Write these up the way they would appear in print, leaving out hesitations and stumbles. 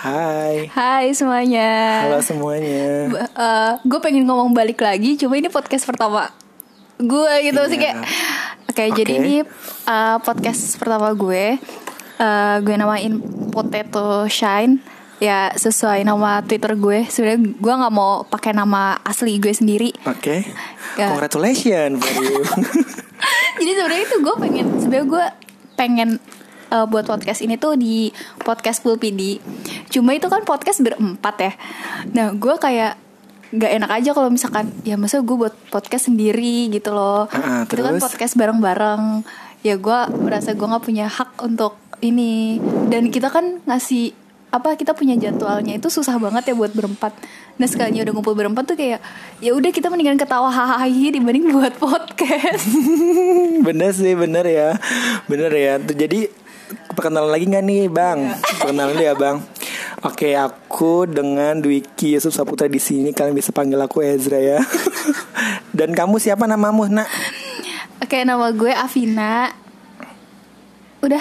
Hai. Hai semuanya. Halo semuanya. Gue pengen ngomong balik lagi, cuma ini podcast pertama gue gitu sih kayak. Oke, jadi ini podcast pertama gue. Gue namain Potato Shine. Ya sesuai nama Twitter gue. Sebenarnya gue nggak mau pakai nama asli gue sendiri. Oke. Congratulations for you. Jadi sebenarnya itu gue pengen buat podcast ini tuh di podcast Pulpidi. Cuma itu kan podcast berempat ya. Nah gue kayak gak enak aja kalau misalkan ya masa gue buat podcast sendiri gitu loh. Itu kan podcast bareng-bareng. Ya gue merasa gue gak punya hak untuk ini. Dan kita kan ngasih kita punya jadwalnya itu susah banget ya buat berempat. Nah sekalinya udah ngumpul berempat tuh kayak ya udah kita mendingan ketawa hahaha dibanding buat podcast. bener ya. Jadi perkenalan lagi gak nih Bang? Perkenalan dulu ya Bang. Oke, aku dengan Dwiki Yusuf Saputra di sini. Kalian bisa panggil aku Ezra ya. Dan kamu siapa namamu, Nak? Oke, nama gue Afina. Udah.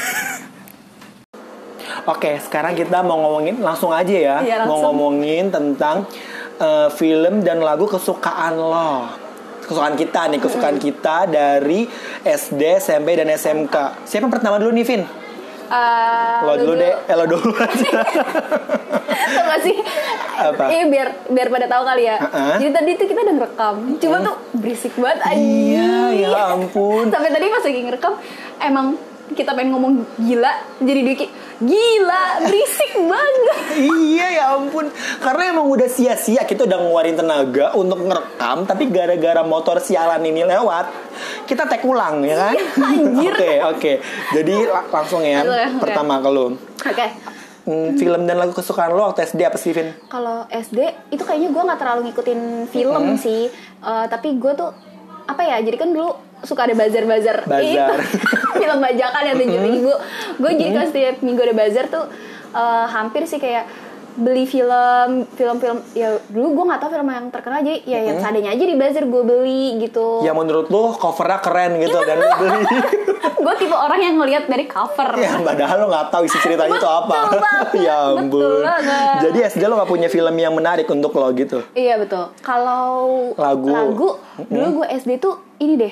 Oke, sekarang kita mau ngomongin langsung aja ya. Iya, langsung. Mau ngomongin tentang film dan lagu kesukaan lo. Kesukaan kita dari SD, SMP, dan SMK. Siapa pertama dulu nih, Vin? Lo dulu deh. Lo dulu aja. Tau gak sih? Apa? Biar pada tahu kali ya. Jadi tadi tuh kita udah ngerekam. Cuma tuh berisik banget aja. Iya, ya ampun. Sampai tadi pas lagi ngerekam emang kita pengen ngomong gila, jadi Diki gila, berisik banget. Iya ya ampun. Karena emang udah sia-sia kita udah ngeluarin tenaga untuk ngerekam, tapi gara-gara motor sialan ini lewat, kita take ulang ya kan? Anjir. Oke. Jadi langsung ya. Pertama ke lu. Oke. Film dan lagu kesukaan lo waktu SD apa sih, Vin? Kalau SD itu kayaknya gue nggak terlalu ngikutin film sih, tapi gue tuh jadi kan dulu suka ada bazar film bajakan yang 7.000. Gue jadi kalau setiap minggu ada bazar tuh hampir sih kayak beli film ya dulu gue nggak tahu film yang terkenal aja ya yang seadanya aja di bazar gue beli gitu. Ya menurut lo covernya keren gitu dan lo beli. Gue tipe orang yang ngelihat dari cover. Ya padahal lo nggak tahu isi ceritanya itu apa. Ya ampun. Jadi SD lo nggak punya film yang menarik untuk lo gitu? Iya betul. Kalau lagu dulu gue SD tuh ini deh.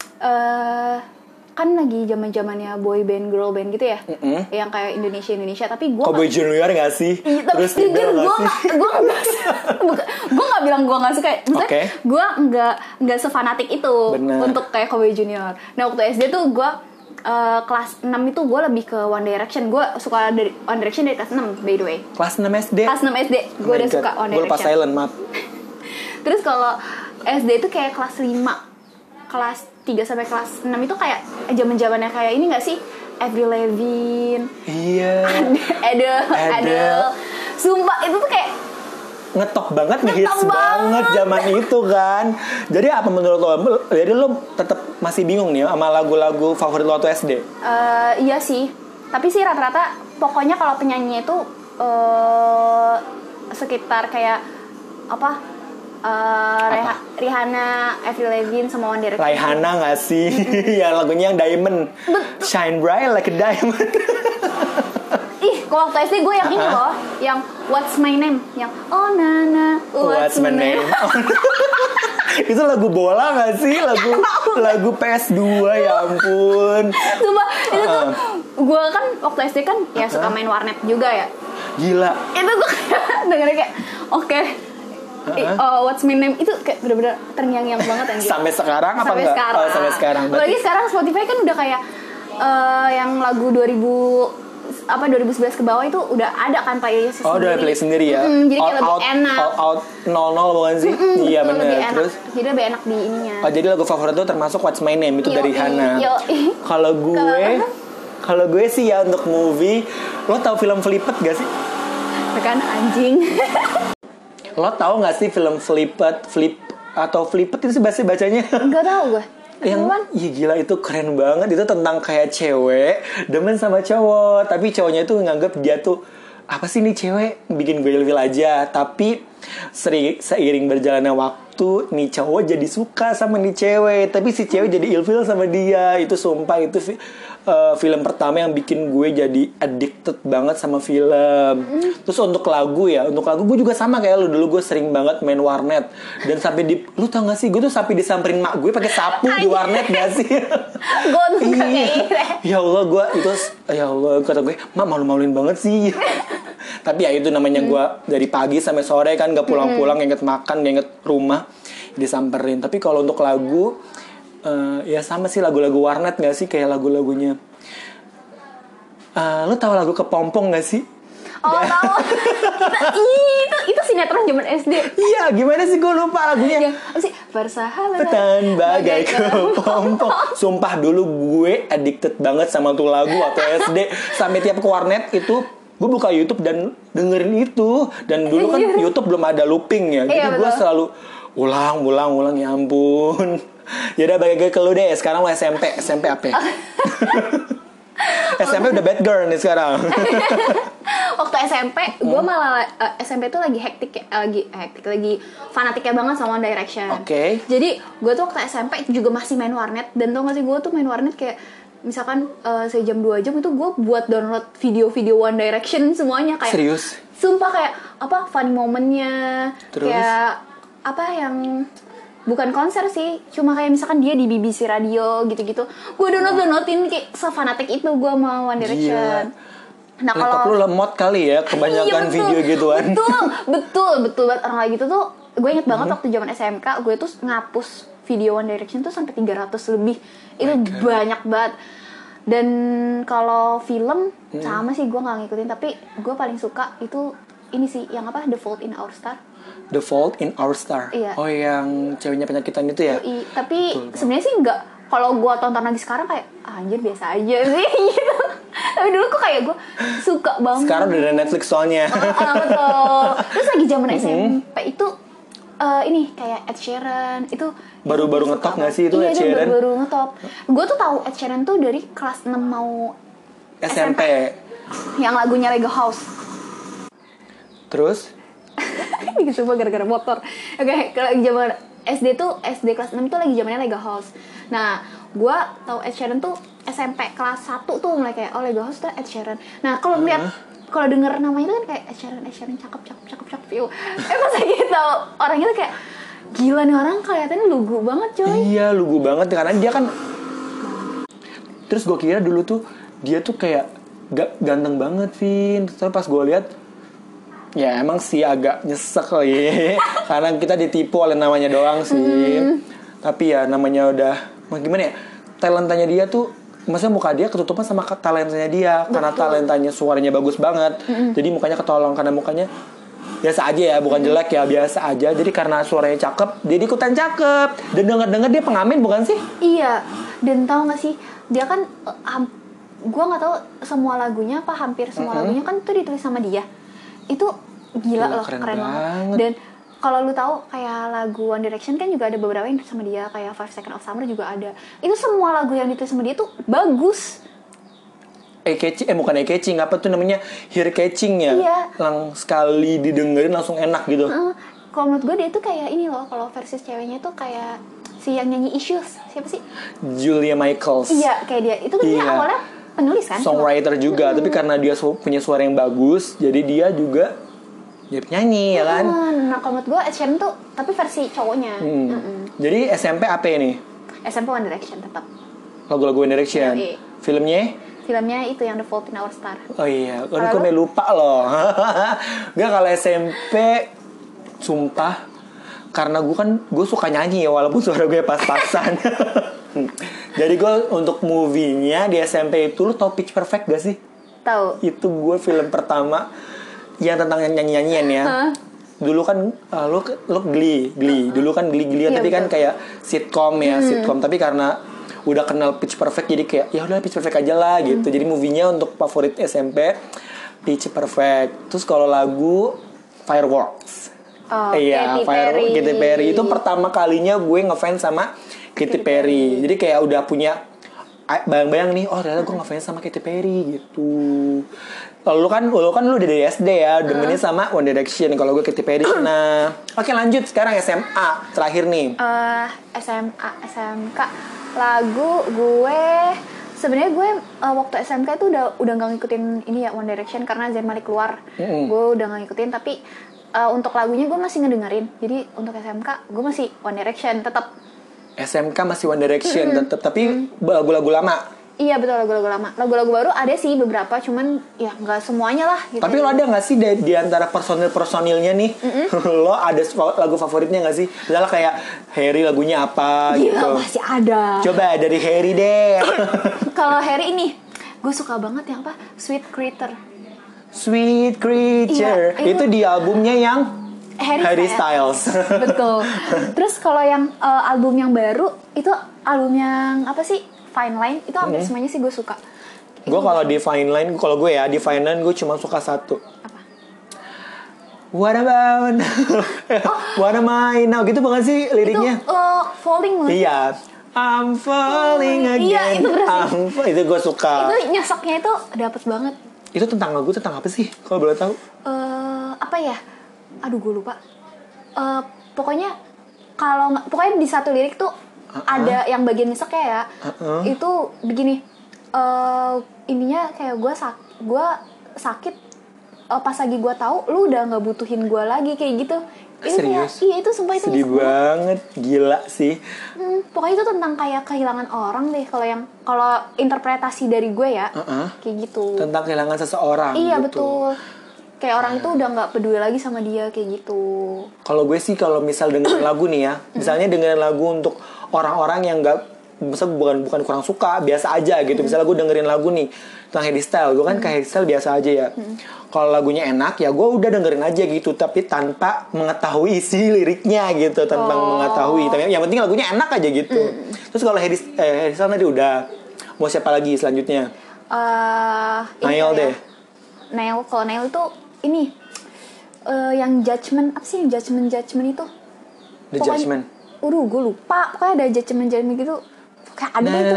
Kan lagi zaman-zamannya boy band, girl band gitu ya, yang kayak Indonesia. Tapi gue Cowboy Junior nggak sih? Terus jujur gue nggak bilang gue nggak suka. Maksudnya gue nggak sefanatik itu. Bener. Untuk kayak Cowboy Junior. Nah waktu SD tuh gue kelas 6 itu gue lebih ke One Direction. Gue suka dari One Direction dari kelas 6 by the way. Kelas 6 SD? Kelas 6 SD gue udah suka One Direction. Gue lupa silent, maaf. Terus kalau SD itu kayak kelas 5, kelas 3 sampai kelas 6 itu kayak zaman-zamannya kayak ini enggak sih? Avril Lavigne. Iya. Adele. Sumpah itu tuh kayak ngetop banget, ngehits banget zaman itu kan. Jadi apa menurut lo? Jadi lo tetap masih bingung nih sama lagu-lagu favorit lo waktu SD? Iya sih. Tapi sih rata-rata pokoknya kalau penyanyi itu sekitar kayak Rihanna, Avril Lavigne sama One Direction. Rihanna nggak sih? Ya lagunya yang Diamond. Shine bright like a diamond. Kalau waktu SD gue yang ini loh, yang What's My Name, yang Oh Nana, What's My Name. Itu lagu bola nggak sih? Lagu PS2 ya ampun. Coba itu tuh gue kan waktu SD kan ya suka main warnet juga ya. Gila. Itu gue dengerin kayak oke. What's My Name itu kayak bener-bener terngiang-ngiang banget anjir. Sampai sekarang apa enggak? Sampai sekarang. Apalagi sekarang Spotify kan udah kayak yang lagu 2011 ke bawah itu udah ada kan playlist sendiri. Udah playlist sendiri ya. Jadi kayak lebih enak. All out 00 bukan sih? Iya benar. Terus jadi lebih enak di ininya. Jadi lagu favorit itu termasuk What's My Name itu dari Hana. Kalau gue sih ya untuk movie, lo tau film Flipped gak sih? Kan anjing. Lo tau gak sih film Flipped itu sih bahasa bacanya? Enggak tahu gue. Yang gila itu keren banget. Itu tentang kayak cewek demen sama cowok, tapi cowoknya itu nganggap dia tuh apa sih nih cewek bikin gue ilfil aja. Tapi seiring berjalannya waktu nih cowok jadi suka sama nih cewek, tapi si cewek jadi ilfil sama dia. Itu sumpah itu film pertama yang bikin gue jadi addicted banget sama film. Terus untuk lagu gue juga sama kayak lu. Dulu gue sering banget main warnet. Dan sampai lu tau gak sih, gue tuh sampai disamperin mak gue pakai sapu di warnet gak sih? Gue tuh kayak gitu. Ya Allah, gue itu, ya Allah, kata gue, mak malu-maluin banget sih. Tapi ya itu namanya gue dari pagi sampai sore kan gak pulang-pulang, inget makan, inget rumah, disamperin. Tapi kalau untuk lagu, ya sama sih lagu-lagu warnet gak sih, kayak lagu-lagunya. Lu tahu lagu Kepompong gak sih? Oh tahu. itu sinetron zaman SD. Iya, gimana sih, gue lupa lagunya. Ya, apa sih? Persahabatan Petan bagai kepompong. Sumpah dulu gue addicted banget sama tuh lagu waktu SD. Sampai tiap ke warnet itu gue buka YouTube dan dengerin itu. Dan dulu kan YouTube belum ada looping ya. Jadi gue selalu ulang ya ampun. Yaudah bagi ke lu deh. Sekarang lo SMP apa ya? SMP udah bad girl nih sekarang. Waktu SMP gue malah SMP tuh lagi hektik lagi fanatiknya banget sama One Direction. Oke. Jadi gue tuh waktu SMP juga masih main warnet. Dan tau gak sih, gue tuh main warnet kayak misalkan sejam 2 jam itu gue buat download video-video One Direction semuanya. Kayak serius? Sumpah kayak apa funny momennya. Terus? Kayak apa yang bukan konser sih, cuma kayak misalkan dia di BBC Radio gitu-gitu. Gue downloadin kayak sefanatik itu gue sama One Direction. Nah, laptop lu lemot kali ya, kebanyakan video gituan. Betul banget. Orang kayak gitu tuh gue inget banget waktu zaman SMK gue tuh ngapus video One Direction tuh sampai 300 lebih. Itu banyak banget. Dan kalau film sama sih gue nggak ngikutin, tapi gue paling suka itu ini sih yang apa, The Fault in Our Star. The Fault in Our Star. Iya. Oh, yang ceweknya penyakitan itu ya? Tapi sebenarnya sih enggak. Kalau gue tonton lagi sekarang kayak anjir biasa aja sih gitu. Tapi dulu kok kayak gue suka banget. Sekarang udah ada Netflix soalnya. Betul. Terus lagi zaman SMP itu ini kayak Ed Sheeran itu baru ngetop nggak sih itu Ed Sheeran? Iya, baru ngetop. Gue tuh tahu Ed Sheeran tuh dari kelas 6 mau SMP. Yang lagunya Lego House. Terus? Ini semua gara-gara motor. Oke, kalau zaman SD kelas 6 tuh lagi zamannya Lego House. Nah, gue tahu Ed Sheeran tuh SMP kelas 1 tuh mulai kayak Lego House tuh Ed Sheeran. Nah, kalau lihat kalau denger namanya itu kan kayak Ed Sheeran cakep. Pas lagi tau orangnya tuh kayak gila nih orang kelihatannya lugu banget coy. Iya, lugu banget karena dia kan. Terus gue kira dulu tuh dia tuh kayak ganteng banget, Vin. Terus pas gue lihat ya emang sih agak nyesek ya. Karena kita ditipu oleh namanya doang sih. Tapi ya namanya udah gimana ya, talentanya dia tuh, maksudnya muka dia ketutupan sama talentanya dia. Betul. Karena talentanya suaranya bagus banget. Jadi mukanya ketolong karena mukanya biasa aja ya, bukan jelek ya, biasa aja. Jadi karena suaranya cakep, dia ikutan cakep. Dan denger dia pengamen bukan sih? Iya. Dan tahu nggak sih, dia kan gue nggak tahu semua lagunya apa hampir semua lagunya kan tuh ditulis sama dia. Itu gila loh, keren banget. Dan kalau lu tahu kayak lagu One Direction kan juga ada beberapa yang ditulis sama dia, kayak 5 Seconds of Summer juga ada. Itu semua lagu yang ditulis sama dia tuh bagus. Bukan catching, apa tuh namanya, ear catching ya. Iya. Sekali didengerin langsung enak gitu. Kalau menurut gue dia tuh kayak ini loh, kalau versi ceweknya tuh kayak si yang nyanyi Issues, siapa sih? Julia Michaels. Iya, kayak dia. Itu kan dia awalnya penulis kan? Songwriter juga, tapi karena dia punya suara yang bagus, jadi dia juga jadi penyanyi ya kan. Nah, kalau menurut gue Ed Sheeran tuh tapi versi cowoknya. Jadi SMP apa ini? SMP One Direction tetap. Lagu-lagu One Direction. Filmnya itu yang The Fault in Our Star. Oh iya, gue lupa loh. Gak, kalau SMP sumpah, karena gue suka nyanyi ya, walaupun suara gue pas-pasan. Jadi gue untuk movie-nya di SMP itu, lu tau Pitch Perfect gak sih? Tahu. Itu gue film pertama yang tentang nyanyi-nyanyian ya. Dulu kan lu Glee. Dulu kan Glee ya, tapi betul. Kan kayak sitcom ya, sitcom. Tapi karena udah kenal Pitch Perfect, jadi kayak ya udah Pitch Perfect aja lah gitu. Jadi movie-nya untuk favorit SMP Pitch Perfect. Terus kalau lagu Fireworks. Iya, Fireworks Katy Perry. Itu pertama kalinya gue ngefans sama Katy Perry. Jadi kayak udah punya bayang-bayang nih, oh ternyata gue ngefans sama Katy Perry gitu. Lu kan lu udah dari SD ya, demennya sama One Direction. Kalau gue Katy Perry. Nah, oke lanjut sekarang SMA terakhir nih. SMA, SMK, lagu gue sebenarnya gue waktu SMK itu udah nggak ngikutin ini ya One Direction karena Zayn Malik keluar. Gue udah nggak ngikutin, tapi untuk lagunya gue masih ngedengerin. Jadi untuk SMK gue masih One Direction tetap. SMK masih One Direction tetap, tapi lagu-lagu lama. Iya betul, lagu-lagu lama. Lagu-lagu baru ada sih beberapa, cuman ya nggak semuanya lah gitu. Tapi lo ada nggak sih di antara personilnya nih, lo ada lagu favoritnya nggak sih? Misalnya kayak Harry lagunya apa Gila, gitu? masih ada. Coba dari Harry deh. Kalau Harry ini, gue suka banget yang apa? Sweet Creature. Sweet Creature. Iya, itu di albumnya yang Harry Styles. Betul. Terus kalau yang album yang baru itu album yang apa sih? Fine Line itu hampir semuanya sih gue suka. Gue kalau di Fine Line, kalau gue ya di Fine Line gue cuma suka satu. Apa? What about? What am I now? Gitu banget sih liriknya. Itu Falling bukan? Iya. I'm falling again. Iya, itu berarti. Itu gue suka. Itu nyesoknya itu dapet banget. Itu tentang lagu tentang apa sih? Kalau boleh tahu? Apa ya? Aduh gue lupa. Pokoknya pokoknya di satu lirik tuh ada yang bagian nyesek ya. Itu begini. Ininya kayak gue sakit. Pas lagi gue tahu lu udah nggak butuhin gue lagi kayak gitu. Itu serius? Kayak, iya itu sumpah itu sedih banget, gila sih. Pokoknya itu tentang kayak kehilangan orang deh. Kalau interpretasi dari gue ya, kayak gitu. Tentang kehilangan seseorang. Iya gitu. betul. Kayak orang itu udah nggak peduli lagi sama dia kayak gitu. Kalau gue sih kalau misal dengerin lagu nih ya, misalnya dengerin lagu untuk orang-orang yang nggak, misal bukan kurang suka, biasa aja gitu. Misalnya gue dengerin lagu nih tentang Harry Styles, gue kan ke Harry Styles biasa aja ya. Kalau lagunya enak ya gue udah dengerin aja gitu, tapi tanpa mengetahui isi liriknya gitu, tanpa mengetahui. Tapi yang penting lagunya enak aja gitu. Terus kalau Harry Styles tadi udah, mau siapa lagi selanjutnya? Nail deh. Nail, kalau Nail itu ini yang Judgment, apa sih yang Judgment itu? The Judgment. Gue lupa. Pokoknya ada Judgment gitu. Kayak ada itu.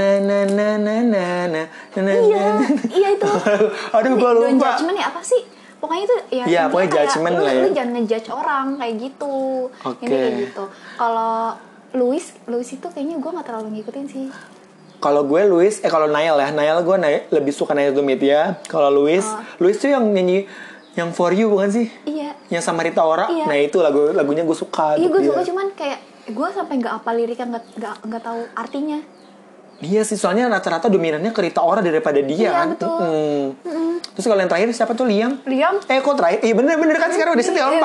Iya itu. Aduh gue lupa. Don't Judgment ya apa sih? Pokoknya itu ya. Iya, pokoknya Judgment lah ya. Lu jangan ngejudge orang kayak gitu. Ini kayak gitu. Kalau Louis itu kayaknya gue nggak terlalu ngikutin sih. Kalau gue kalau Nail ya, Nail gue lebih suka Nail to Meet ya. Kalau Louis tuh yang nyanyi yang For You bukan sih? Iya. Yang sama Rita Ora. Iya. Nah itu lagunya gue suka. Iya gue suka, cuman kayak gue sampai nggak apal liriknya, nggak tahu artinya. Iya sih, soalnya rata-rata dominannya ke Rita Ora daripada dia. Iya kan? betul. Terus kalau yang terakhir siapa tuh? Liam? Kok terakhir? Iya bener kan sekarang udah setia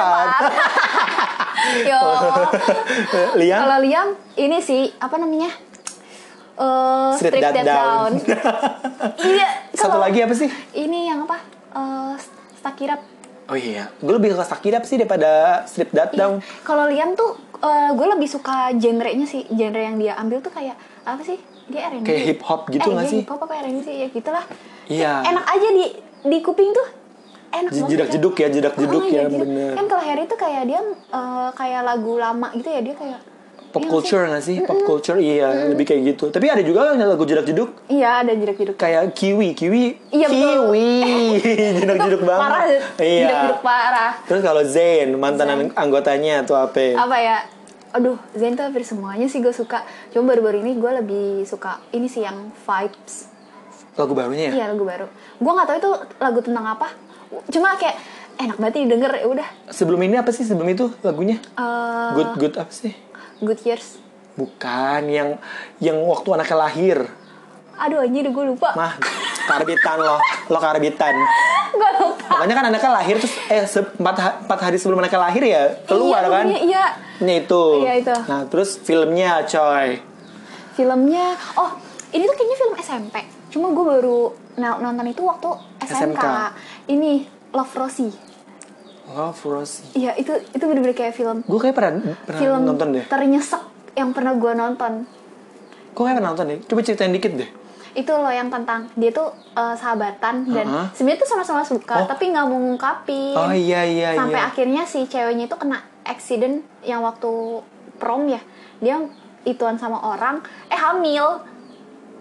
4. Yo. Liam? Kalau Liam ini sih apa namanya? Strip That Down. Iya. Satu lagi apa sih? Ini yang apa? Stuck It Up. Oh iya, gue lebih suka Stuck It Up sih daripada Strip That Down. Kalau Liam tuh gue lebih suka genrenya sih. Genre yang dia ambil tuh kayak apa sih? Dia R&B. Kayak hip hop gitu nggak sih? Hip hop apa R&B sih ya gitulah. Iya. Enak aja di kuping tuh. Enak banget. Jedak-jeduk ya, bener. Kan kalau Harry tuh kayak dia kayak lagu lama gitu ya, dia kayak pop culture nggak sih? Pop culture iya, lebih kayak gitu. Tapi ada juga yang lagu jedak-jeduk. Iya, ada jedak-jeduk. Kayak Kiwi. Iya, betul. Jedak-jeduk banget. Parah. Iya. Jedak-jeduk parah. Terus kalau Zayn, mantan anggotanya tuh apa? Apa ya? Aduh, Zayn tuh hampir semuanya sih gue suka. Cuma baru-baru ini gue lebih suka ini sih yang Vibes. Lagu barunya ya? Iya, lagu baru. Gue nggak tahu itu lagu tentang apa. Cuma kayak enak banget didengar, ya udah. Sebelum ini apa sih sebelum itu lagunya? Good apa sih? Good Years. Bukan, yang waktu anaknya lahir. Aduh anjir, gue lupa. Mah, karbitan lo karbitan. Gue lupa. Makanya kan anaknya lahir terus 4 hari sebelum anaknya lahir ya keluar kan? Iya. Ini itu. Iya itu. Nah terus filmnya coy. Filmnya, ini tuh kayaknya film SMP. Cuma gue baru nonton itu waktu SMK. Ini Love Rosie. Love Rosie. Iya itu bener-bener kayak film. Gue kayak pernah film nonton deh. Ternyesek yang pernah gue nonton. Gue kayak pernah nonton deh. Coba ceritain dikit deh. Itu loh yang tentang dia tuh sahabatan dan sebenarnya tuh sama-sama suka tapi nggak mau ngungkapin. Oh iya. Sampai akhirnya si ceweknya itu kena accident yang waktu prom ya. Dia ituan sama orang, hamil.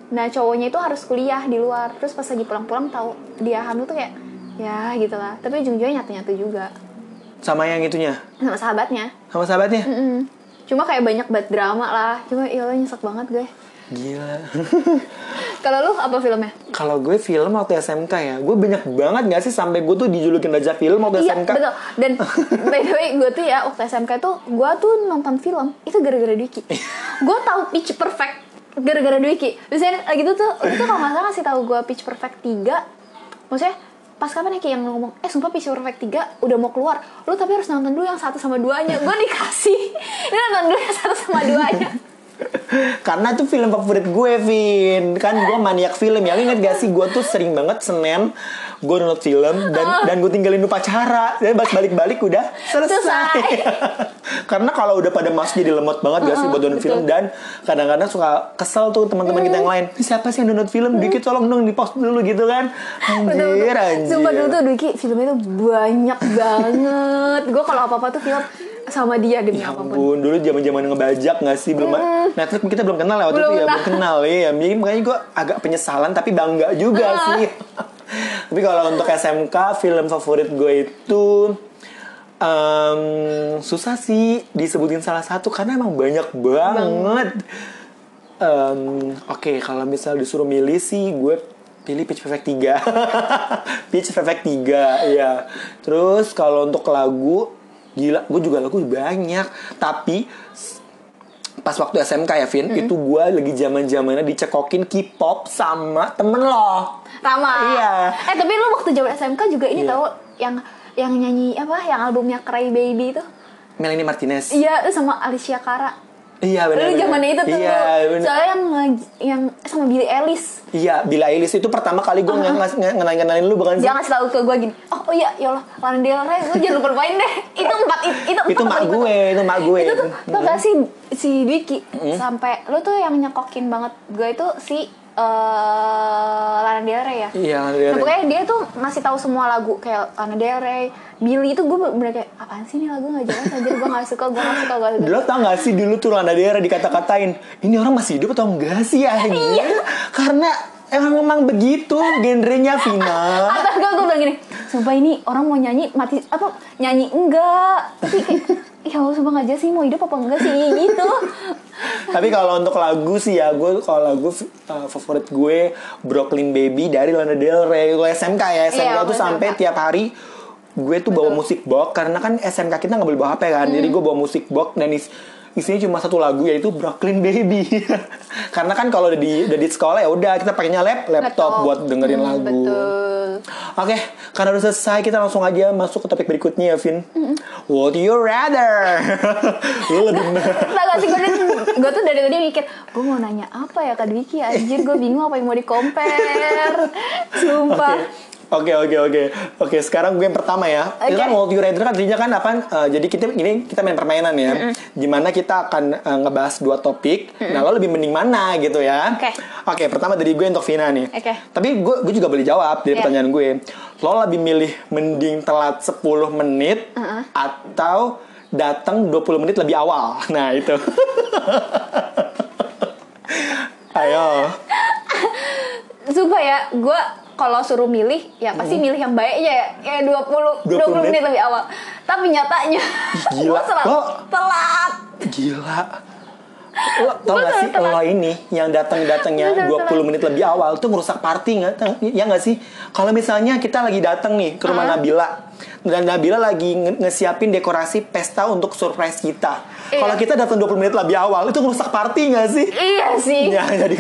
Nah cowoknya itu harus kuliah di luar. Terus pas lagi pulang-pulang tahu dia hamil tuh kayak ya gitu lah. Tapi ujung-ujungnya nyatu-nyatu juga. Sama yang itunya? Sama sahabatnya. Sama sahabatnya? Cuma kayak banyak banget drama lah. Cuma ya Allah nyesek banget gue. Gila. Kalau lu apa filmnya? Kalau gue film waktu SMK ya, gue banyak banget gak sih sampai gue tuh dijulukin raja film waktu Iya SMK. betul. Dan by the way gue tuh ya waktu SMK tuh gue tuh nonton film itu gara-gara Dwiki. Gue tahu Pitch Perfect gara-gara Dwiki. Biasanya gitu tuh itu kalau nggak salah ngasih tahu gue Pitch Perfect 3. Maksudnya pas kapan ya kayak yang ngomong sumpah Pitch Perfect 3 udah mau keluar, lu tapi harus nonton dulu yang 1 sama 2-nya. Gue dikasih ini nonton dulu yang 1 sama 2-nya. Karena itu film favorit gue, Vin. Kan gue maniak film ya. Lu inget gak sih gue tuh sering banget Senin gue download film dan gue tinggalin upacara. Dan balik-balik udah selesai. Karena kalau udah pada masuk jadi lemot banget gak sih buat download film. Dan kadang-kadang suka kesel tuh teman-teman kita yang lain. Siapa sih yang download film? Dikit tolong dong di post dulu gitu kan. Anjir. Sumpah dulu tuh Dwiki filmnya tuh banyak banget. Gue kalau apa-apa tuh film sama dia demi ya apapun. Ampun, dulu zaman-zaman ngebajak gak sih? Belum Netflix kita belum kenal ya waktu itu ya. Belum kenal ya. Jadi makanya gue agak penyesalan tapi bangga juga sih. Tapi kalau untuk SMK film favorit gue itu susah sih disebutin salah satu karena emang banyak banget. Oke, kalau misal disuruh milih sih gue pilih Pitch Perfect 3. Pitch Perfect 3 ya. Terus kalau untuk lagu, gila, gue juga lagu banyak. Tapi pas waktu SMK ya, Vin, itu gue lagi zaman-zamannya dicekokin K-pop sama temen lo, Rama. Iya. Tapi lu waktu zaman SMK juga ini tau yang nyanyi apa? Yang albumnya Cry Baby itu. Melanie Martinez. Iya, itu sama Alicia Cara. Iya benar. Lu zamannya itu tuh. Iya, soalnya yang sama Billie Eilish. Iya, Billie Eilish itu pertama kali gue ngenalin lu bukan sih? Jangan selalu ke gue gini. Oh iya, ya Allah, Lana Del Rey, lu jangan lupa main deh. Itu mak gue. Itu tuh tau gak sih si Dwiki sampai lu tuh yang nyekokin banget gue itu si Lana Del Rey ya. Iya, Lana Del Rey. Nah, pokoknya dia tuh ngasih tahu semua lagu kayak Lana Del Rey, Billy itu gue bener kayak apaan sih nih lagu nggak jelas aja, gue nggak suka. Lo tau gak sih dulu tuh Lana Del Rey dikata-katain ini orang masih hidup atau enggak sih ya? Iya. Karena emang begitu genrenya Vina. Atau gue bilang gini, sumpah ini orang mau nyanyi mati apa nyanyi enggak, tapi kayak ya Allah sumpah aja sih mau hidup apa enggak sih gitu. Tapi kalau untuk lagu sih ya, gue kalau lagu favorit gue Brooklyn Baby dari Lana Del Rey. Gue SMK ya, SMK tuh sampai tiap hari gue tuh bawa musik box karena kan SMK kita nggak boleh bawa HP kan, jadi gue bawa musik box dan isinya cuma satu lagu yaitu Brooklyn Baby. Karena kan kalau udah di sekolah ya udah kita pakainya laptop buat dengerin lagu. Betul. Oke, karena udah selesai kita langsung aja masuk ke topik berikutnya ya, Vin. Would you rather? Lu lebih Gak sih, gue tuh dari tadi mikir gue mau nanya apa ya Kak Dwiki, anjir gue bingung apa yang mau di compare. Sumpah. Oke, sekarang gue yang pertama ya. Itu kan Would you rather kan artinya kan apa? Jadi kita main permainan ya. Dimana kita akan ngebahas dua topik. Nah, lo lebih mending mana gitu ya? Oke, pertama dari gue untuk Vina nih. Tapi gue juga boleh jawab dari pertanyaan gue. Lo lebih milih mending telat 10 menit atau datang 20 menit lebih awal? Nah, itu. Ayo. Sumpah ya, gue kalau suruh milih ya pasti milih yang baik aja ya. Kayak 20 menit lebih awal. Tapi nyatanya gila. telat. Gila. Lo tau gak sih lo ini yang datangnya 20 menit lebih awal tuh ngerusak party nggak? Ya nggak sih? Kalau misalnya kita lagi datang nih ke rumah Nabila dan Nabila lagi ngesiapin dekorasi pesta untuk surprise kita. Kalau kita datang 20 menit lebih awal itu ngerusak party nggak sih? Iya sih. Ya, jadi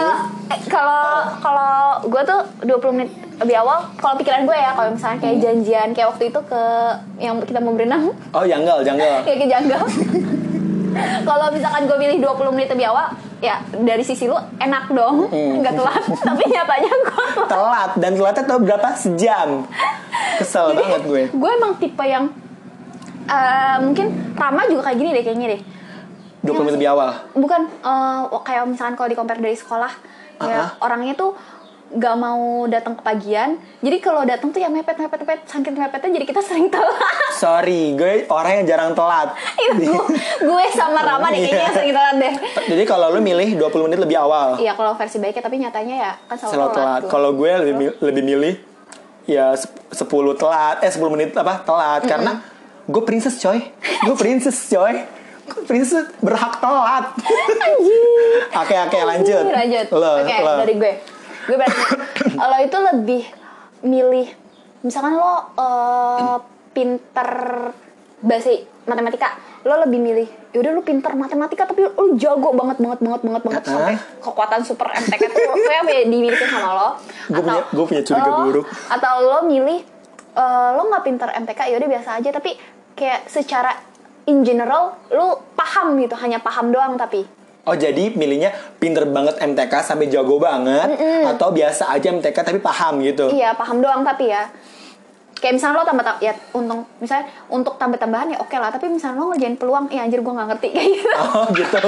kalau gue tuh 20 menit lebih awal. Kalau pikiran gue ya, kalau misalnya kayak janjian kayak waktu itu ke yang kita mau berenang. Oh, janggal. Kayak ke janggal. Kalau misalkan gue pilih 20 menit lebih awal, ya dari sisi lu enak dong, nggak telat. Tapi nyatanya gue telat. Dan telatnya tuh berapa? Sejam. Kesel banget gue. Gue emang tipe yang mungkin Rama juga kayak gini deh kayaknya deh. 20 menit lebih awal. Bukan kayak misalkan kalau di compare dari sekolah, ya orangnya tuh nggak mau datang kepagian. Jadi kalau datang tuh ya mepet. Saking mepetnya jadi kita sering telat. Sorry, gue orang yang jarang telat. gue sama Rama deh kayaknya yang sering telat deh. Jadi kalau lu milih 20 menit lebih awal. Iya, kalau versi baiknya, tapi nyatanya ya kan selalu telat. Kalau gue lebih milih ya 10 menit telat karena gue princess coy. Gue princess berhak telat. Oke, lanjut. Oke, dari gue berarti lo itu lebih milih misalkan lo pinter bahasa matematika, lo lebih milih yaudah lo pinter matematika tapi lo jago banget sampai kekuatan super MTK tuh kayak dimiliki sama lo. Gue punya curiga buruk. Atau lo milih lo nggak pinter MTK, yaudah biasa aja tapi kayak secara in general lo paham gitu, hanya paham doang tapi. Oh, jadi milihnya pinter banget MTK sampai jago banget, atau biasa aja MTK tapi paham gitu? Iya, paham doang tapi ya. Kayak misalnya lo ya misalnya untuk tambah-tambahan ya oke lah, tapi misalnya lo ngerjain peluang, ya anjir gue nggak ngerti kayak gitu. Oh gitu.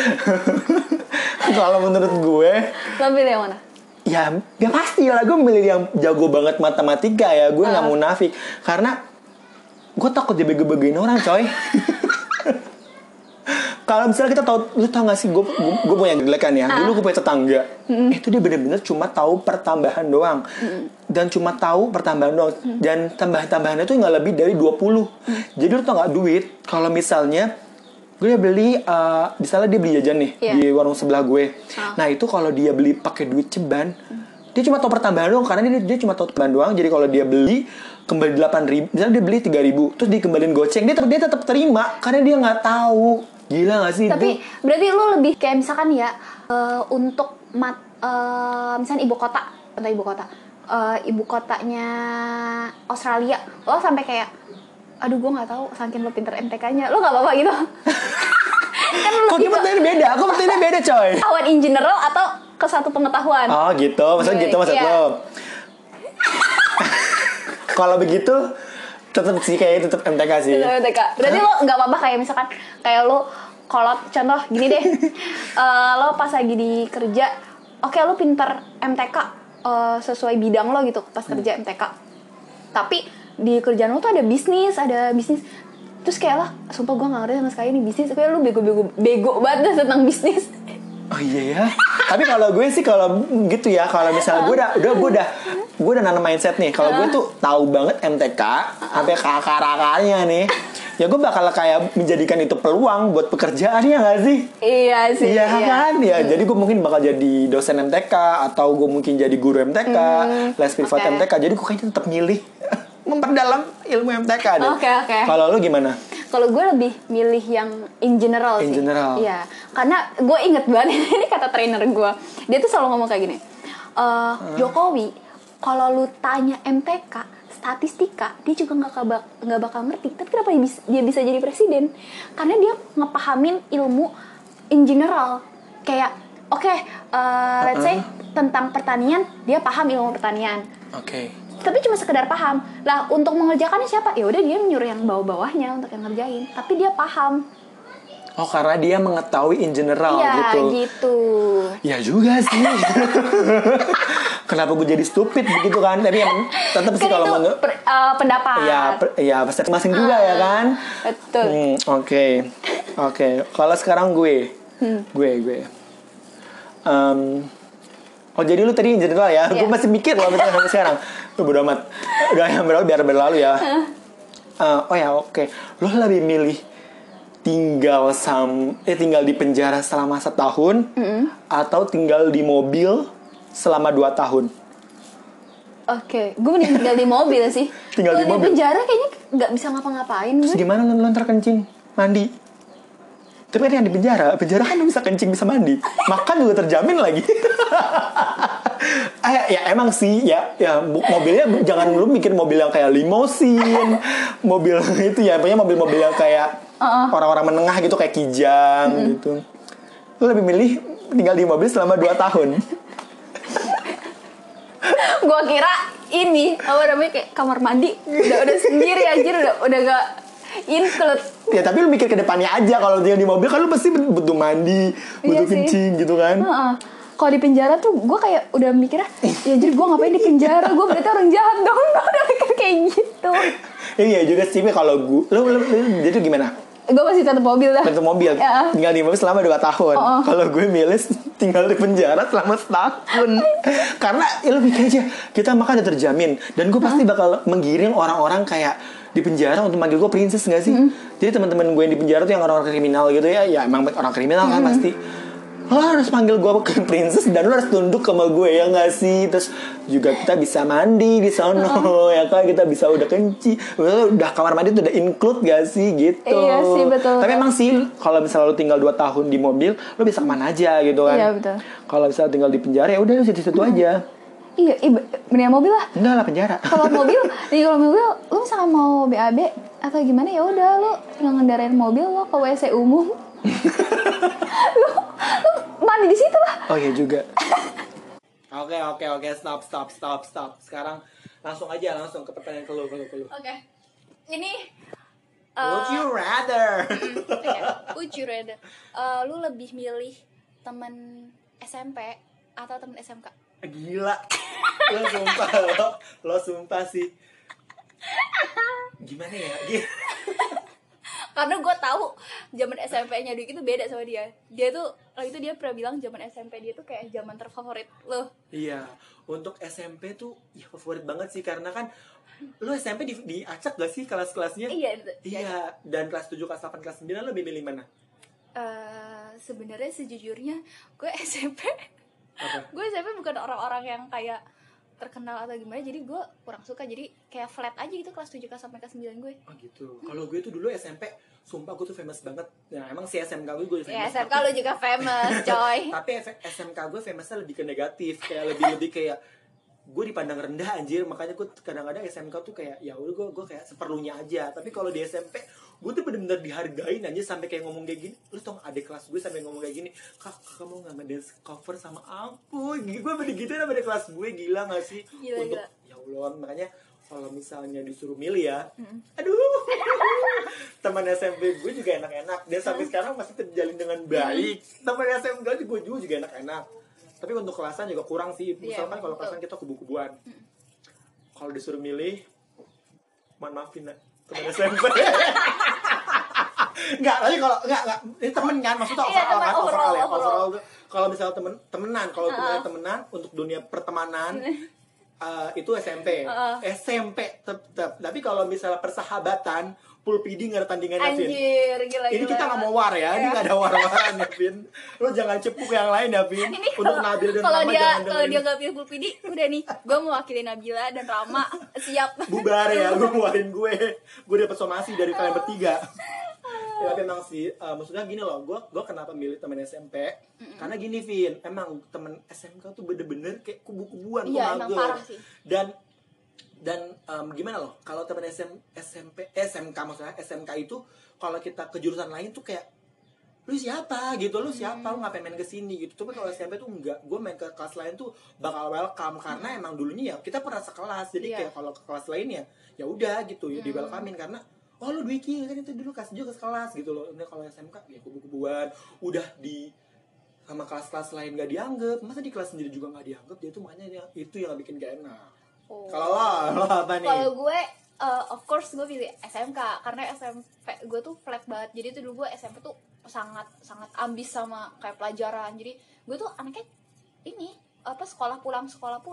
Kalau menurut gue, lo pilih yang mana? Ya pasti lah gue milih yang jago banget matematika ya, gue nggak munafik karena gue takut dibego-begoin orang coy. Kalau misalnya lu tau gak sih, gue punya gelekan ya. Dulu gue punya tetangga, itu dia bener-bener cuma tahu pertambahan doang, dan cuma tahu pertambahan doang, dan tambahannya tuh nggak lebih dari 20. Jadi lu tau gak duit, kalau misalnya gue beli, misalnya dia beli jajan nih di warung sebelah gue, nah itu kalau dia beli pakai duit ceban, dia cuma tahu pertambahan doang karena dia cuma tahu pertambahan doang. Jadi kalau dia beli kembali 8.000, misalnya dia beli 3.000, terus dikembaliin goceng, dia tetap terima karena dia nggak tahu. Gila gak sih? Tapi berarti lu lebih kayak misalkan ya untuk misalnya ibu kotanya Australia, lo sampai kayak aduh gue nggak tahu saking lo pinter MTK-nya, lo nggak apa-apa gitu. Kan kok pertanyaannya beda? Aku pertanyaannya beda coy. Pengetahuan in general atau ke satu pengetahuan? Oh gitu, maksudnya gitu maksud lo. Kalau begitu tetap sih kayak tetap MTK sih. Tetap MTK. Berarti lo nggak apa-apa kayak misalkan kayak lo kalau contoh gini deh, lo pas lagi di kerja, oke lo pinter MTK sesuai bidang lo gitu pas kerja MTK. Tapi di kerjaan lo tuh ada bisnis. Terus kayak lah, sumpah gue nggak ngerti sama sekali ini bisnis. Kayak lo bego banget tentang bisnis. Oh iya ya. Tapi kalau gue sih kalau gitu ya, kalau misalnya gue udah nanam mindset nih. Kalau gue tuh tahu banget MTK sampai kakak-kakaknya nih. Ya gue bakal kayak menjadikan itu peluang buat pekerjaan, ya gak sih? Iya sih. Iya kan? Ya, jadi gue mungkin bakal jadi dosen MTK atau gue mungkin jadi guru MTK, les privat MTK. Jadi gue kayaknya tetap milih memperdalam ilmu MTK deh. Oke. Kalau lu gimana? Kalau gue lebih milih yang in general sih. Iya, karena gue inget banget ini kata trainer gue. Dia tuh selalu ngomong kayak gini. Jokowi, kalau lu tanya MTK, statistika, dia juga nggak bakal ngerti. Tapi kenapa dia bisa jadi presiden? Karena dia ngepahamin ilmu in general. Kayak let's say tentang pertanian, dia paham ilmu pertanian. Oke. Tapi cuma sekedar paham. Lah untuk mengerjakannya siapa? Ya udah dia menyuruh yang bawah-bawahnya untuk yang ngerjain. Tapi dia paham. Oh, karena dia mengetahui in general gitu. Iya gitu. Ya juga sih. Kenapa gue jadi stupid begitu kan? Tapi tetap sih kalau menurut pendapat. Ya masing-masing juga ya kan. Betul. Oke. Kalau sekarang gue. Oh jadi lu tadi in general ya? Gue masih mikir loh sampai sekarang. Lu bodo amat. Udah yang berlalu biar berlalu ya. Oke. Lu lebih milih tinggal di penjara selama 1 tahun atau tinggal di mobil selama 2 tahun? Oke, gue mending tinggal di mobil sih. Tinggal di mobil. Di penjara kayaknya nggak bisa ngapa-ngapain. Terus gimana lu ntar kencing, mandi? Tapi kan yang di penjara kan lu bisa kencing, bisa mandi, makan juga terjamin lagi. Ya emang sih ya mobilnya jangan lu mikir mobil yang kayak limousine, mobil itu ya, pokoknya mobil-mobil yang kayak orang-orang menengah gitu kayak Kijang gitu. Lu lebih milih tinggal di mobil selama 2 tahun. Gua kira ini apa namanya kayak kamar mandi udah sendiri anjir, udah gak include. Ya tapi lu mikir ke depannya aja. Kalau tinggal di mobil kan lu pasti butuh mandi, butuh kencing gitu kan. kalau di penjara tuh gue kayak udah mikirnya ya jadi gue ngapain di penjara, gue berarti orang jahat dong. Gue udah mikir kayak gitu. Iya juga sih, kalau gue lu jadi gimana? Gue masih tetap mobil dah. Tetap mobil, Ya. tinggal di mobil selama 2 tahun. Kalau gue milih tinggal di penjara selama setahun. Karena ya lu mikir aja, kita makan udah terjamin. Dan gue pasti bakal menggiring orang-orang kayak di penjara untuk manggil gue princess gak sih? Jadi teman-teman gue yang di penjara tuh yang orang-orang kriminal gitu ya emang orang kriminal kan pasti. Lo harus panggil gue ke princess dan lo harus tunduk sama gue ya gak sih? Terus juga kita bisa mandi di sono ya kan, kita bisa udah kenci, udah kamar mandi tuh udah include gak sih gitu. Iya sih, betul. Tapi emang sih kalau misalnya lo tinggal 2 tahun di mobil, lo bisa kemana aja gitu kan. Iya betul. Kalau misalnya tinggal di penjara ya udah lo situ-situ aja. Iya, bener mobil lah. Enggak lah penjara. Kalau mobil, kalau mobil lu misalnya mau BAB atau gimana ya udah lu tinggal ngendarain mobil lo ke WC umum. lu mandi di situ lah. Oh iya juga. Oke, stop. Sekarang langsung ke pertanyaan ke lu. Oke. Ini Would you rather? Would you rather? Lu lebih milih teman SMP atau teman SMK? Gila. Lo sumpah sih. Gimana ya? Karena gue tahu zaman SMP-nya Dwi itu beda sama dia. Dia tuh dia pernah bilang zaman SMP dia tuh kayak zaman terfavorit lo. Iya, untuk SMP tuh ya favorit banget sih karena kan lo SMP diacak gak sih kelas-kelasnya? Iya, dan kelas 7, kelas 8, kelas 9 lo milih mana? Sebenarnya sejujurnya gue SMP Apa? gue SMP bukan orang-orang yang kayak terkenal atau gimana, jadi gue kurang suka, jadi kayak flat aja gitu kelas 7 kelas sampai kelas 9 gue. Oh gitu. Kalau gue tuh dulu SMP, sumpah gue tuh famous banget. Nah emang si SMK gue famous. Ya SMK lo juga famous, coy. Tapi SMK gue famousnya lebih ke negatif, kayak lebih kayak gue dipandang rendah anjir, makanya gue kadang-kadang SMK tuh kayak ya udah gue kayak seperlunya aja. Tapi kalau di SMP gue tuh bener-bener dihargain aja sampai kayak ngomong kayak gini. Lu tau adik kelas gue sampai ngomong kayak gini, kakak mau nggak dance cover sama aku? Gue bener-gituin sama adik kelas gue, gila nggak sih? Gila. Ya Allah, makanya kalau misalnya disuruh milih ya, aduh, teman SMP gue juga enak-enak dan sampai sekarang masih terjalin dengan baik. Teman SMP gue juga enak-enak. Tapi untuk kelasan juga kurang sih. Misalkan kalau kelasan kita kubu-kubuan. Kalau disuruh milih, mohon maafin teman SMP. Enggak, tapi kalau enggak, ini temen kan, maksudnya overall. Kalau misalnya temenan, kalau temenan untuk dunia pertemanan itu SMP. SMP tetap. Tapi kalau misalnya persahabatan, Pulpidi nggak ada tandingannya, Vin. Anjir, gila. Ini kita nggak mau war ya, ini nggak ada war-waran ya, Vin. Lo jangan cepuk yang lain ya, Vin. Untuk Nabil dan Rama jangan dengerin. Kalau dia nggak pilih Pulpidi, udah nih, gue mewakili Nabila dan Rama, siap. Bubar ya, gue ngeluarin gue dapet somasi dari kalian bertiga. Ya, tapi emang sih, maksudnya gini loh, gue kenapa milih temen SMP? Karena gini, Vin, emang temen SMK tuh bener-bener kayak kubu-kubuan. Iya, emang parah sih. Dan gimana loh, kalau temen SMK maksudnya SMK itu kalau kita ke jurusan lain tuh kayak lu siapa gitu, lu ngapain main kesini gitu. Tapi kalau SMP tuh enggak, gue main ke kelas lain tuh bakal welcome karena emang dulunya ya kita pernah sekelas, jadi kayak kalau ke kelas lain ya udah gitu ya di welcomein karena oh lu Dwiki kan itu dulu kelas juga kelas gitu loh. Ini kalau SMK ya kubu-kubuan, udah di sama kelas-kelas lain gak dianggap, masa di kelas sendiri juga gak dianggap, dia tuh makanya itu yang bikin gak enak. Kalau lo apa nih? Kalau gue of course gue pilih SMK karena SMP gue tuh flat banget. Jadi tuh dulu gue SMP tuh sangat ambis sama kayak pelajaran. Jadi gue tuh anaknya ini sekolah pulang.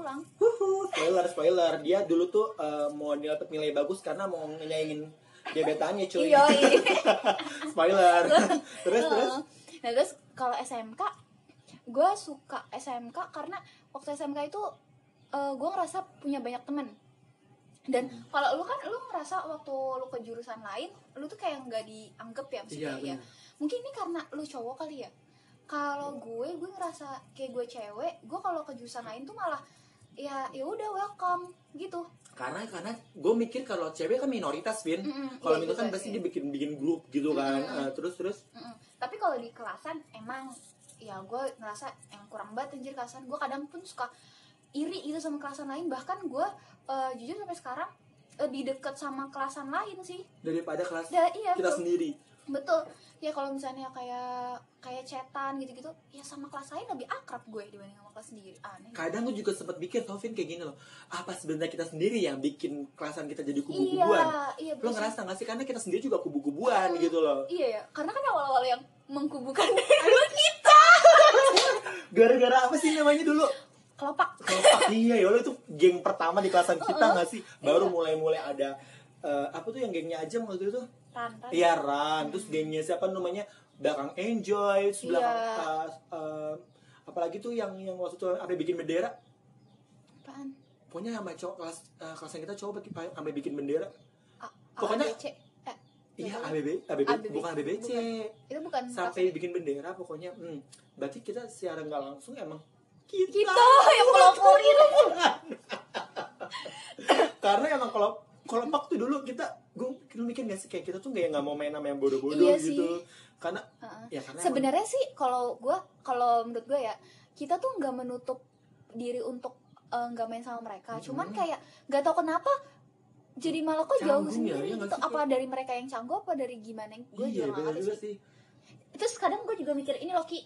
Spoiler. Dia dulu tuh mau dapet nilai bagus karena mau nyaingin gebetannya cuy. Iya. Spoiler. Terus. Nah terus kalau SMK gue suka SMK karena waktu SMK itu gue ngerasa punya banyak teman. Dan kalau lu ngerasa waktu lu ke jurusan lain lu tuh kayak nggak dianggap ya maksudnya ya. Mungkin ini karena lu cowok kali ya. Kalau gue ngerasa kayak gue cewek, gue kalau ke jurusan lain tuh malah ya udah welcome gitu. Karena gue mikir kalau cewek kan minoritas, Vin. Kalau itu kan pasti dia bikin grup gitu kan. Terus. Tapi kalau di kelasan emang ya gue ngerasa yang kurang banget anjir kelasan. Gue kadang pun suka iri gitu sama kelasan lain. Bahkan gue jujur sampai sekarang lebih deket sama kelasan lain sih daripada kelas iya, kita sendiri. Betul. Ya kalau misalnya kayak chatan gitu-gitu, ya sama kelas lain lebih akrab gue dibanding sama kelas sendiri. Aneh. Kadang gue juga sempat mikir Taufin kayak gini loh, apa sebenarnya kita sendiri yang bikin kelasan kita jadi kubu-kubuan? Iya, Lo ngerasa gak sih? Karena kita sendiri juga kubu-kubuan gitu loh. Iya ya, karena kan awal-awal yang mengkubukan dulu kita. Gara-gara apa sih namanya dulu? Kelopak. Iya ya, lo itu geng pertama di kelasan kita gak sih? Baru Iya. mulai-mulai ada apa tuh yang gengnya aja waktu itu? Ran. Iya Ran, terus gengnya siapa namanya? Belakang Enjoy, terus belakang apalagi tuh yang waktu itu sampai bikin bendera. Apaan? Pokoknya sama cowok kelasan kita cowok sampai bikin bendera. Pokoknya Pokoknya iya ABB bukan ABBC. Itu bukan Sampai bikin bendera pokoknya. Berarti kita secara nggak langsung emang kita yang peloporin. Karena emang kalau waktu dulu gue mikir gak sih kayak kita tuh nggak mau main sama yang bodoh-bodoh Iya gitu. sih. Karena ya karena Sebenarnya sih kalau menurut gue ya, kita tuh nggak menutup diri untuk nggak main sama mereka. Cuman kayak nggak tahu kenapa jadi malah kok jauh Canggung ya, sendiri iya nggak gitu. sih, Apa dari mereka yang canggung, apa dari gimana? Gue iya, juga nggak ngerti juga sih. sih. Terus kadang gue juga mikir ini loh Ki.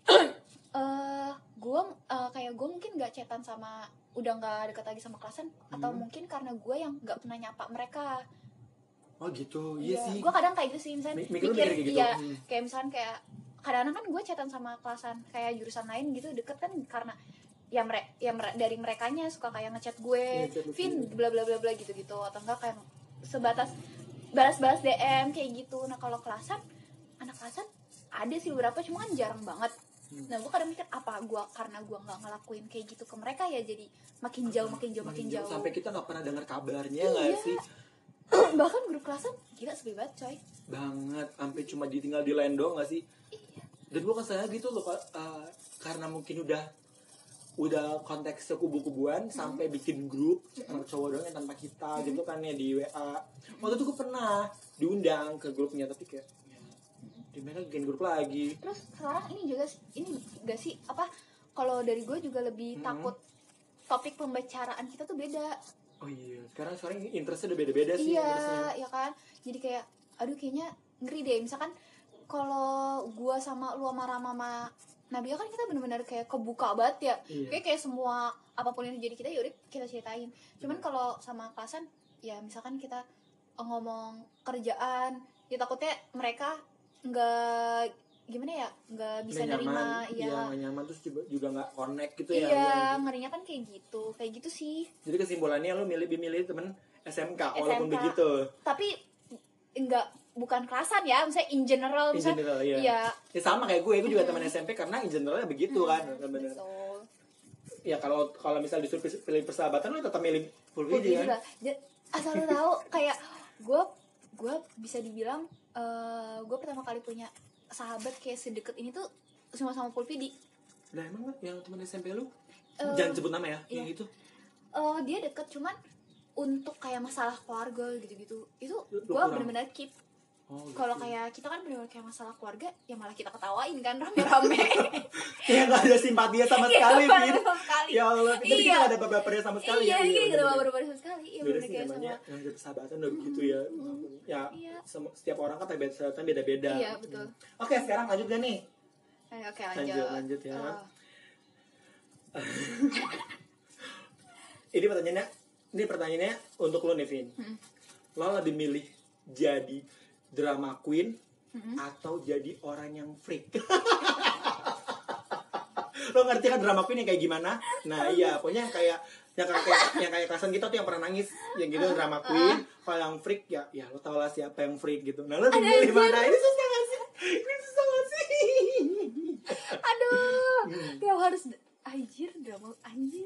Gue kayak gue mungkin nggak chatan sama, udah nggak deket lagi sama kelasan, atau mungkin karena gue yang nggak pernah nyapa mereka. Oh gitu, iya sih. Gue kadang kayak gitu sih, misalnya Mikir kayak gitu. iya, kayak misalnya kayak kadang-kadang kan gue chatan sama kelasan kayak jurusan lain gitu deket kan, karena dari merekanya suka kayak ngechat gue, Vin bla bla bla bla gitu-gitu, atau enggak kayak sebatas balas-balas DM kayak gitu. Nah kalau anak kelasan ada sih beberapa, cuma kan jarang banget. Nah gue kadang mikir apa karena gue nggak ngelakuin kayak gitu ke mereka ya, jadi makin jauh sampai kita nggak pernah dengar kabarnya nggak sih? Bahkan grup kelasan gila sepi banget coy Banget, sampai cuma ditinggal di line doang nggak sih? Iya. Dan gue kesana gitu loh karena mungkin udah konteksnya kubu-kubuan sampai bikin grup anak cowok doang yang tanpa kita gitu kan ya di WA. Waktu itu gue pernah diundang ke grupnya, tapi kayak di mana bikin grup lagi. Terus sekarang ini gak sih apa, kalau dari gue juga lebih takut topik pembicaraan kita tuh beda. Oh iya, sekarang interestnya udah beda-beda sih. Iya, ya kan. Jadi kayak aduh kayaknya ngeri deh. Misalkan kalau gue sama lu sama Rama sama Nabila kan kita benar-benar kayak kebuka banget ya. Iya. Kayak semua apapun yang terjadi kita yaudah kita ceritain. Cuman kalau sama kelasan ya misalkan kita ngomong kerjaan, ya takutnya mereka nggak gimana ya, nggak bisa nerima. Iya, nggak nyaman, terus juga nggak connect gitu ya. Iya, ngerinya kan kayak gitu sih. Jadi kesimpulannya lo milih temen SMK walaupun begitu. Tapi bukan kelasan ya, misalnya in general. Iya. Iya. Ya sama kayak gue juga teman SMP karena in generalnya begitu kan benar. Ya kalau misal disuruh pilih persahabatan lo tetap milih Pulpidi kan. Asal lo tahu kayak gue bisa dibilang gue pertama kali punya sahabat kayak sedekat ini tuh sama Pulpidi. Nah emang yang teman SMP lu jangan sebut nama ya, iya. yang itu dia deket, cuman untuk kayak masalah keluarga gitu-gitu itu gue benar-benar keep. Kalau kayak kita kan benar-benar kayak masalah keluarga ya malah kita ketawain kan rame-rame. Ya nggak ada simpatinya sama sekali, Vin. Ya Allah, tapi kita nggak ada baper-bapernya sama sekali. Iya, nggak ada baper-bapernya sama sekali. Iya benar kayak sama. Yang persahabatan udah begitu ya. Ya setiap orang kan persahabatan beda-beda. Iya betul. Oke, sekarang lanjut gak nih? Oke, lanjut ya. Ini pertanyaannya untuk lo nih, Vin. Lo lebih milih jadi drama queen atau jadi orang yang freak? Lo ngerti kan drama queen yang kayak gimana? Nah iya, pokoknya yang kayak kelasan kita tuh yang pernah nangis, yang gitu drama queen. Kalau yang freak ya lo tau lah siapa yang freak gitu. Nah lo lebih milih mana? Ini susah gak sih? Aduh, dia harus drama anjir.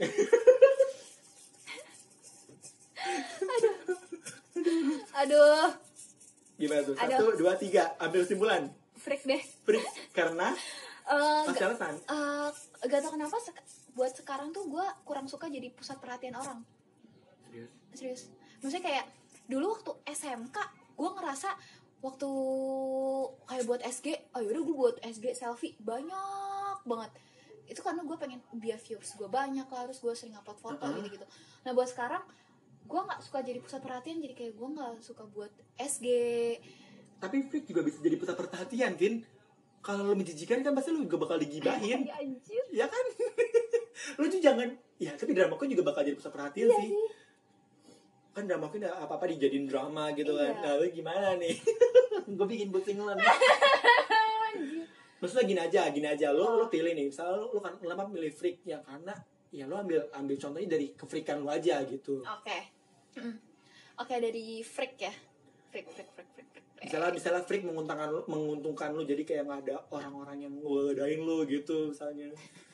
Aduh. Gimana tuh? 1, 2, 3, ambil kesimpulan. Freak deh. Freak karena pacaran. Gak tau kenapa buat sekarang tuh gue kurang suka jadi pusat perhatian orang. Serius. Maksudnya kayak dulu waktu SMK gue ngerasa waktu kayak buat SG, yaudah gue buat SG selfie banyak banget. Itu karena gue pengen biar viewers gue banyak lah, terus gue sering upload foto gitu. Nah buat sekarang gue nggak suka jadi pusat perhatian, jadi kayak gue nggak suka buat SG. Tapi freak juga bisa jadi pusat perhatian, Vin. Kalau lo menjijikan kan pasti lo juga bakal digibahin. Anjir. Ya kan? Lo tuh jangan. Ya tapi drama queen juga bakal jadi pusat perhatian Iya sih. sih. Kan drama queen apa-apa dijadiin drama gitu kan. Iya. Nah lo gimana nih? Gue bikin pusing lo nih. Maksudnya gini aja. Lo pilih nih. Misalnya lo kan lama milih freak ya karena ya lo ambil contohnya dari kefreakan lo aja gitu. Oke. Oke, dari freak ya. Freak. Misalnya freak menguntungkan lo jadi kayak nggak ada orang-orang yang ngegodain lo gitu misalnya.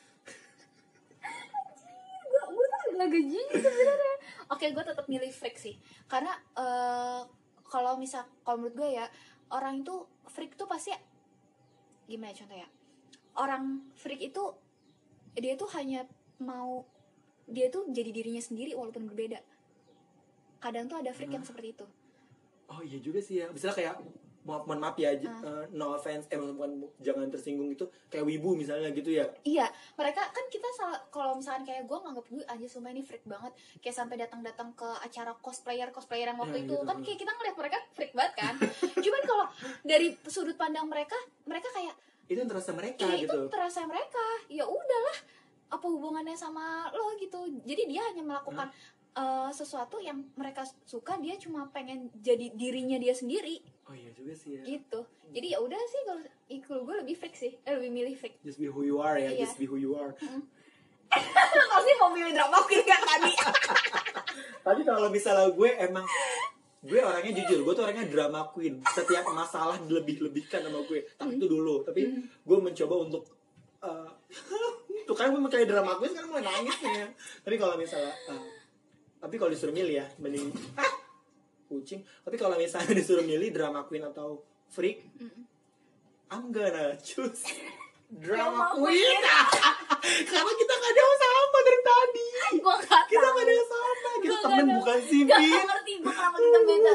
Gue tuh agak jijik sebenarnya. Oke, gue tetap milih freak sih. Karena kalau menurut gue ya, orang itu freak tuh pasti gimana ya contohnya? Orang freak itu dia tuh hanya mau dia tuh jadi dirinya sendiri walaupun berbeda. Kadang tuh ada freak yang seperti itu. Oh iya juga sih ya. Misalnya kayak mohon maaf ya, no offense, bukan jangan tersinggung itu kayak wibu misalnya gitu ya. Iya, mereka kan kita kalau misalkan kayak gue nganggap gue aja sumpah ini freak banget, kayak sampai datang ke acara cosplayer yang waktu itu gitu. kan kayak kita ngeliat mereka freak banget kan. Cuman kalau dari sudut pandang mereka kayak itu terasa mereka itu gitu. terasa mereka. Ya udahlah, apa hubungannya sama lo gitu. Jadi dia hanya melakukan sesuatu yang mereka suka, dia cuma pengen jadi dirinya dia sendiri. Oh iya juga sih ya. Gitu. Jadi ya udah sih kalau gue lebih freak sih. Lebih milih freak. Just be who you are ya. Iya. Just be who you are. Pasti mau milih drama queen kan tadi. Tapi kalau misalnya gue orangnya jujur, gue tuh orangnya drama queen. Setiap masalah lebih-lebihkan sama gue. Tapi itu dulu. Tapi gue mencoba untuk tuh kan gue kayak drama queen sekarang mulai nangis nih ya. Tapi kalau misalnya tapi kalau disuruh milih ya mending kucing. Tapi kalau misalnya disuruh milih drama queen atau freak, I'm gonna choose drama queen. Karena kita gak ada yang sama dari tadi. Gue gak Kita tahu. gak ada yang sama. Kita Gua temen gak bukan sih, Gak Vin. ngerti gue kenapa kita beda.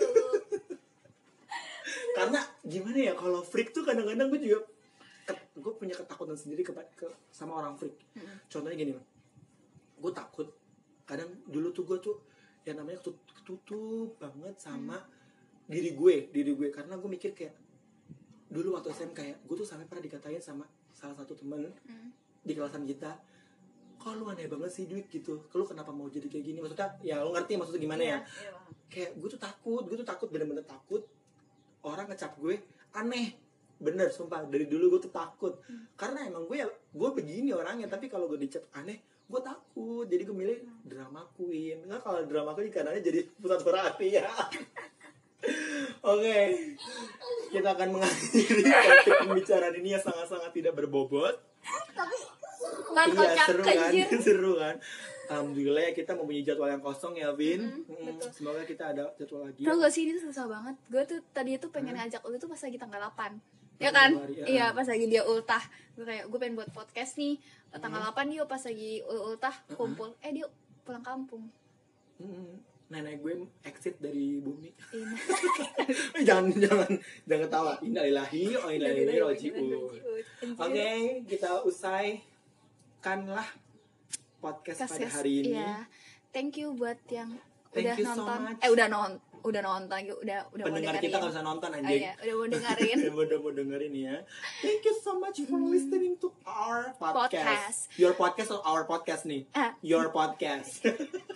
Karena gimana ya, kalau freak tuh kadang-kadang gue juga gue punya ketakutan sendiri sama orang freak. Contohnya gini, gue takut kadang dulu tuh gue tuh yang namanya ketutup banget sama diri gue karena gue mikir kayak dulu waktu SM kayak gue tuh sampai pernah dikatain sama salah satu temen di kelasan kita, kok lu aneh banget sih Duit gitu, lu kenapa mau jadi kayak gini, maksudnya ya lu ngerti maksudnya gimana ya. Kayak gue tuh takut bener-bener takut orang ngecap gue aneh. Bener sumpah, dari dulu gue tuh takut karena emang gue begini orangnya, tapi kalau gue dicap aneh gue takut, jadi gue milih drama queen. Nggak, kalau drama queen kanalnya jadi pusat perhatian ya. Oke, kita akan mengakhiri topik pembicaraan ini yang sangat-sangat tidak berbobot. Tapi Iya, seru kan? seru kan. Alhamdulillah ya kita mempunyai jadwal yang kosong ya, Vin. Betul. Semoga kita ada jadwal lagi. Tau gak sih, ini tuh susah banget. Gue tuh tadi tuh pengen ngajak lu tuh pas lagi tanggal 8. Ya kan? Iya, pas lagi dia ultah. Gue pengen buat podcast nih tanggal 8 yuk, pas lagi ultah kumpul. Dia pulang kampung. Nenek gue exit dari bumi. Iya. jangan tawa. Innalillahi wa inna ilaihi raji'un. Oke, kita usaikanlah podcast pada hari ini. Iya. Thank you buat yang Thank udah you so nonton. much. Udah nonton, udah mau Pendengar dengerin. kita gak bisa nonton anjing. Iya, udah mau dengerin. Udah mau dengerin ya. Thank you so much for listening to our podcast. Podcast. Your podcast or our podcast nih? Your podcast.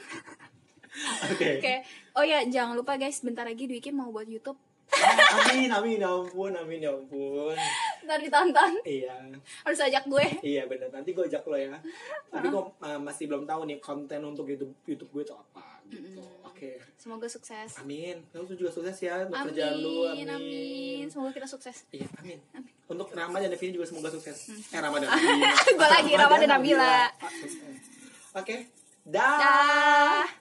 Oke. Oh ya, jangan lupa guys, bentar lagi Dwiki mau buat YouTube. Amin ya ampun. Ntar ditonton. Iya. Harus ajak gue. Iya benar, nanti gue ajak lo ya. Tapi gue masih belum tahu nih konten untuk YouTube gue itu apa gitu. Oke. Semoga sukses. Amin. Lu juga sukses ya untuk kerjaan lu. Amin. Semoga kita sukses. Iya, amin. Untuk Rama dan Devini juga semoga sukses. Rama dan Gue lagi Rama dan Nabila. Oke. Dah. Dah.